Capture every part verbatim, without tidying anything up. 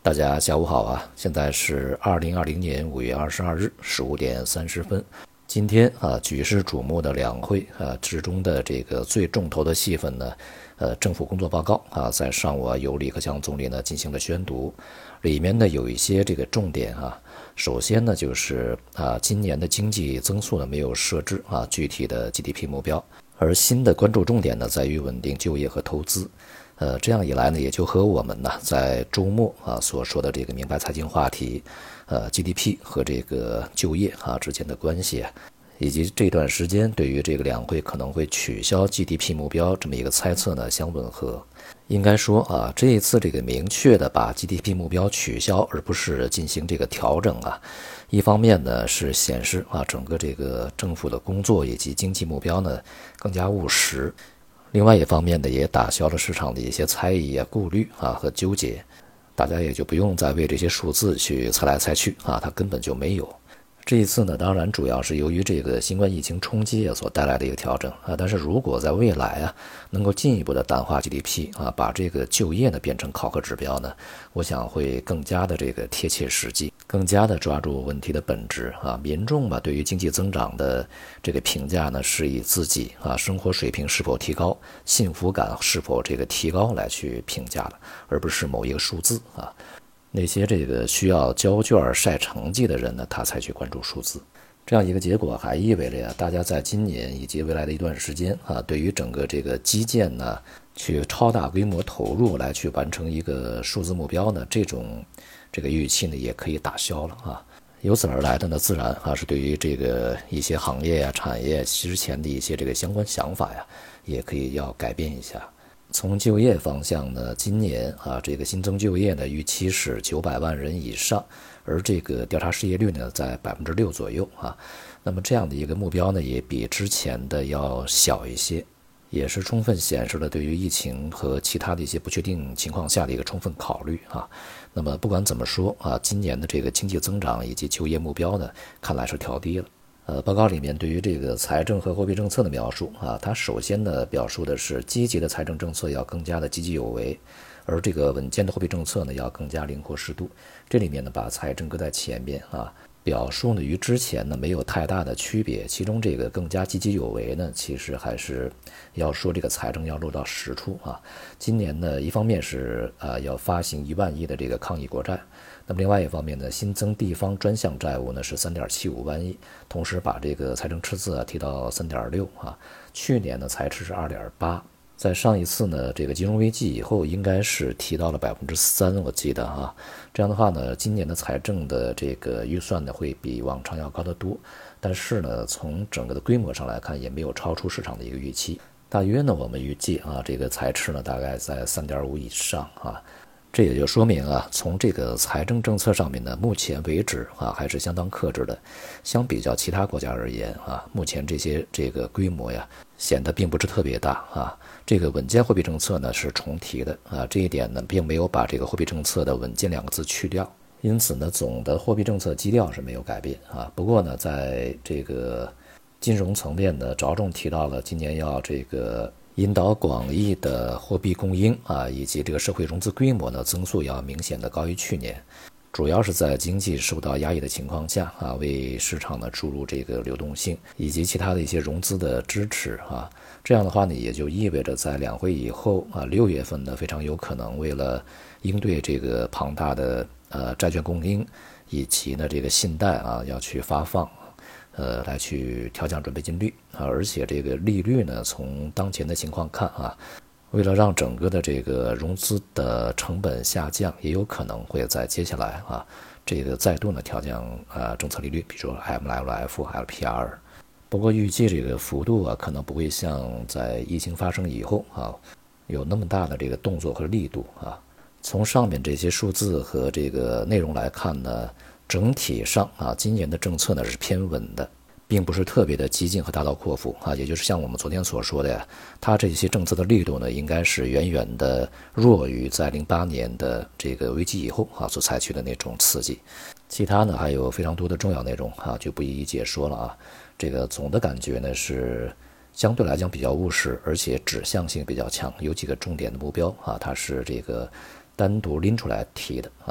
大家下午好啊！现在是二零二零年五月二十二日十五点三十分。今天啊，举世瞩目的两会啊之中的这个最重头的戏份呢，呃，政府工作报告啊，在上午啊由李克强总理呢进行了宣读，里面呢有一些这个重点啊。首先呢就是啊，今年的经济增速呢没有设置啊具体的 G D P 目标，而新的关注重点呢在于稳定就业和投资。呃，这样一来呢，也就和我们呢在周末啊所说的这个明白财经话题，呃 G D P 和这个就业啊之间的关系，以及这段时间对于这个两会可能会取消 G D P 目标这么一个猜测呢相吻合。应该说啊，这一次这个明确的把 G D P 目标取消，而不是进行这个调整啊，一方面呢是显示啊整个这个政府的工作以及经济目标呢更加务实。另外一方面呢，也打消了市场的一些猜疑啊、顾虑啊和纠结，大家也就不用再为这些数字去猜来猜去啊，它根本就没有。这一次呢，当然主要是由于这个新冠疫情冲击啊所带来的一个调整啊，但是如果在未来啊能够进一步的淡化 G D P 啊，把这个就业呢变成考核指标呢，我想会更加的这个贴切实际，更加的抓住问题的本质啊。民众嘛，对于经济增长的这个评价呢，是以自己啊生活水平是否提高、幸福感是否这个提高来去评价的，而不是某一个数字啊。那些这个需要交卷晒成绩的人呢，他才去关注数字。这样一个结果还意味着呀，大家在今年以及未来的一段时间啊，对于整个这个基建呢，去超大规模投入来去完成一个数字目标呢，这种这个预期呢也可以打消了啊。由此而来的呢，自然啊是对于这个一些行业啊、产业之前的一些这个相关想法呀，也可以要改变一下。从就业方向呢，今年啊，这个新增就业呢，预期是九百万人以上，而这个调查失业率呢，在百分之六左右啊。那么这样的一个目标呢，也比之前的要小一些，也是充分显示了对于疫情和其他的一些不确定情况下的一个充分考虑啊。那么不管怎么说啊，今年的这个经济增长以及就业目标呢，看来是调低了。呃，报告里面对于这个财政和货币政策的描述啊，它首先呢表述的是积极的财政政策要更加的积极有为，而这个稳健的货币政策呢要更加灵活适度。这里面呢把财政搁在前面啊，表述呢与之前呢没有太大的区别。其中这个更加积极有为呢，其实还是要说这个财政要落到实处啊。今年呢，一方面是呃要发行一万亿的这个抗疫国债。那么另外一方面呢，新增地方专项债务呢是 三点七五万亿，同时把这个财政赤字啊提到 三点六 啊，去年呢财赤是 二点八， 在上一次呢这个金融危机以后应该是提到了 百分之三， 我记得啊。这样的话呢，今年的财政的这个预算呢会比往常要高得多，但是呢从整个的规模上来看也没有超出市场的一个预期，大约呢我们预计啊这个财赤呢大概在 三点五 以上啊。这也就说明啊，从这个财政政策上面呢，目前为止啊还是相当克制的。相比较其他国家而言啊，目前这些这个规模呀，显得并不是特别大啊。这个稳健货币政策呢是重提的啊，这一点呢并没有把这个货币政策的稳健两个字去掉，因此呢，总的货币政策基调是没有改变啊。不过呢，在这个金融层面呢，着重提到了今年要这个引导广义的货币供应啊，以及这个社会融资规模呢增速要明显的高于去年，主要是在经济受到压抑的情况下啊，为市场呢注入这个流动性以及其他的一些融资的支持啊。这样的话呢，也就意味着在两会以后啊，六月份呢非常有可能为了应对这个庞大的呃债券供应以及呢这个信贷啊要去发放。呃，来去调降准备金率啊，而且这个利率呢，从当前的情况看啊，为了让整个的这个融资的成本下降，也有可能会在接下来啊，这个再度呢调降啊政策利率，比如说 M L F、L P R。不过预计这个幅度啊，可能不会像在疫情发生以后啊，有那么大的这个动作和力度啊。从上面这些数字和这个内容来看呢，整体上啊，今年的政策呢是偏稳的，并不是特别的激进和大刀阔斧啊，也就是像我们昨天所说的呀，它这些政策的力度呢，应该是远远的弱于在零八年的这个危机以后啊所采取的那种刺激。其他呢还有非常多的重要内容啊，就不一一解说了啊。这个总的感觉呢是相对来讲比较务实，而且指向性比较强，有几个重点的目标啊，它是这个单独拎出来提的啊。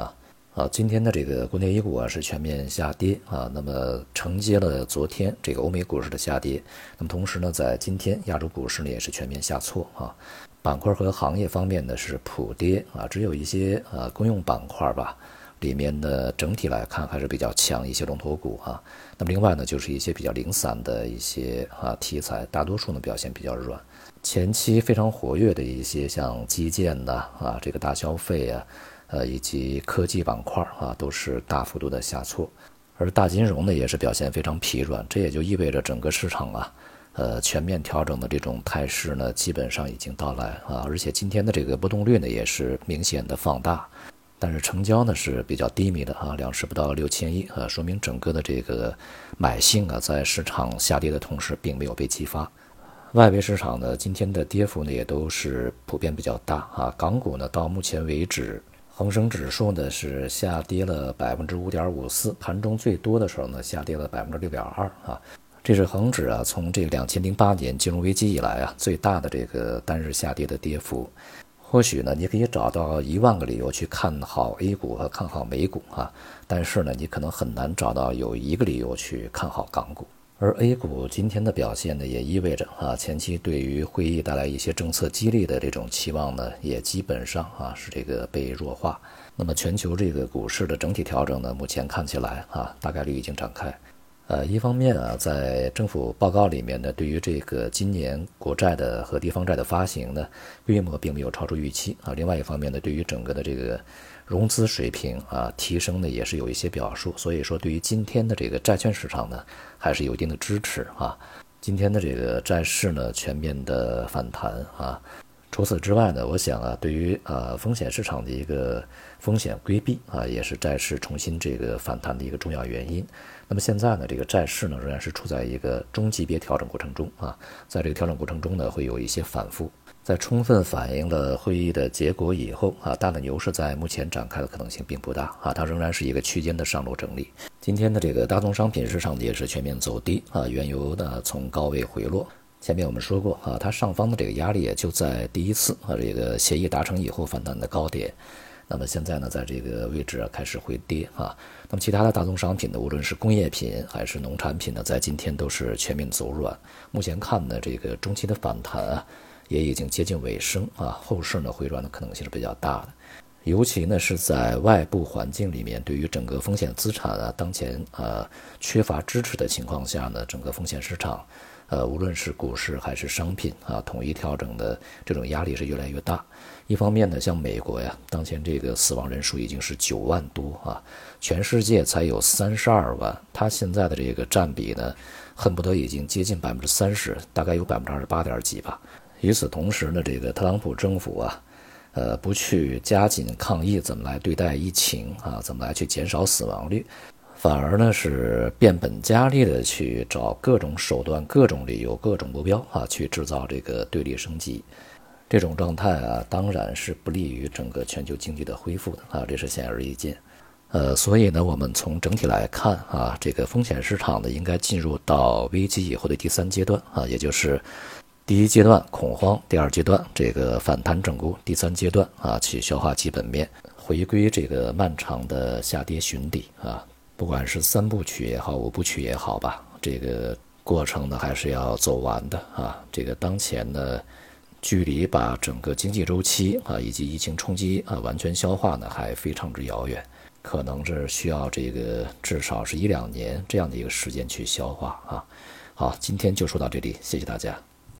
啊，今天的这个国内 A 股啊是全面下跌啊，那么承接了昨天这个欧美股市的下跌，那么同时呢，在今天亚洲股市呢也是全面下挫啊，板块和行业方面呢是普跌啊，只有一些呃公用板块吧，里面呢整体来看还是比较强一些龙头股啊，那么另外呢就是一些比较零散的一些啊题材，大多数呢表现比较软，前期非常活跃的一些像基建呐啊这个大消费啊。呃，以及科技板块啊，都是大幅度的下挫，而大金融呢也是表现非常疲软，这也就意味着整个市场啊，呃，全面调整的这种态势呢，基本上已经到来啊，而且今天的这个波动率呢也是明显的放大，但是成交呢是比较低迷的啊，两市不到六千亿啊，说明整个的这个买性啊，在市场下跌的同时，并没有被激发。外围市场呢，今天的跌幅呢也都是普遍比较大啊，港股呢到目前为止。恒生指数呢是下跌了百分之五点五四，盘中最多的时候呢下跌了百分之六点二啊，这是恒指啊从这个两千零八年金融危机以来啊最大的这个单日下跌的跌幅。或许呢你可以找到一万个理由去看好 A 股和看好美股啊，但是呢你可能很难找到有一个理由去看好港股。而 A 股今天的表现呢，也意味着啊，前期对于会议带来一些政策激励的这种期望呢，也基本上啊是这个被弱化。那么全球这个股市的整体调整呢，目前看起来啊，大概率已经展开。呃，一方面啊，在政府报告里面呢，对于这个今年国债的和地方债的发行呢，规模并没有超出预期啊。另外一方面呢，对于整个的这个融资水平啊提升呢，也是有一些表述。所以说，对于今天的这个债券市场呢，还是有一定的支持啊。今天的这个债市呢，全面的反弹啊。除此之外呢，我想啊，对于啊风险市场的一个风险规避啊，也是债市重新这个反弹的一个重要原因。那么现在呢，这个债市呢仍然是处在一个中级别调整过程中啊，在这个调整过程中呢，会有一些反复。在充分反映了会议的结果以后啊，大的牛市在目前展开的可能性并不大啊，它仍然是一个区间的上落整理。今天的这个大宗商品市场也是全面走低啊，原油呢从高位回落。前面我们说过啊，它上方的这个压力也就在第一次啊这个协议达成以后反弹的高点。那么现在呢，在这个位置啊开始回跌啊。那么其他的大宗商品呢，无论是工业品还是农产品呢，在今天都是全面走软。目前看呢，这个中期的反弹啊，也已经接近尾声啊，后市呢回软的可能性是比较大的。尤其呢是在外部环境里面，对于整个风险资产啊，当前呃缺乏支持的情况下呢，整个风险市场。呃，无论是股市还是商品啊，统一调整的这种压力是越来越大。一方面呢，像美国呀，当前这个死亡人数已经是九万多啊，全世界才有三十二万，它现在的这个占比呢，恨不得已经接近百分之三十，大概有百分之二十八点几吧。与此同时呢，这个特朗普政府啊，呃，不去加紧抗疫，怎么来对待疫情啊？怎么来去减少死亡率？反而呢是变本加厉的去找各种手段、各种理由、各种目标啊，去制造这个对立升级。这种状态啊，当然是不利于整个全球经济的恢复的啊，这是显而易见。呃，所以呢，我们从整体来看啊，这个风险市场呢，应该进入到危机以后的第三阶段啊，也就是第一阶段恐慌，第二阶段这个反弹整固，第三阶段啊去消化基本面，回归这个漫长的下跌寻底啊。不管是三部曲也好，五部曲也好吧，这个过程呢还是要走完的啊。这个当前呢，距离把整个经济周期啊以及疫情冲击啊完全消化呢还非常之遥远，可能是需要这个至少是一两年这样的一个时间去消化啊。好，今天就说到这里，谢谢大家。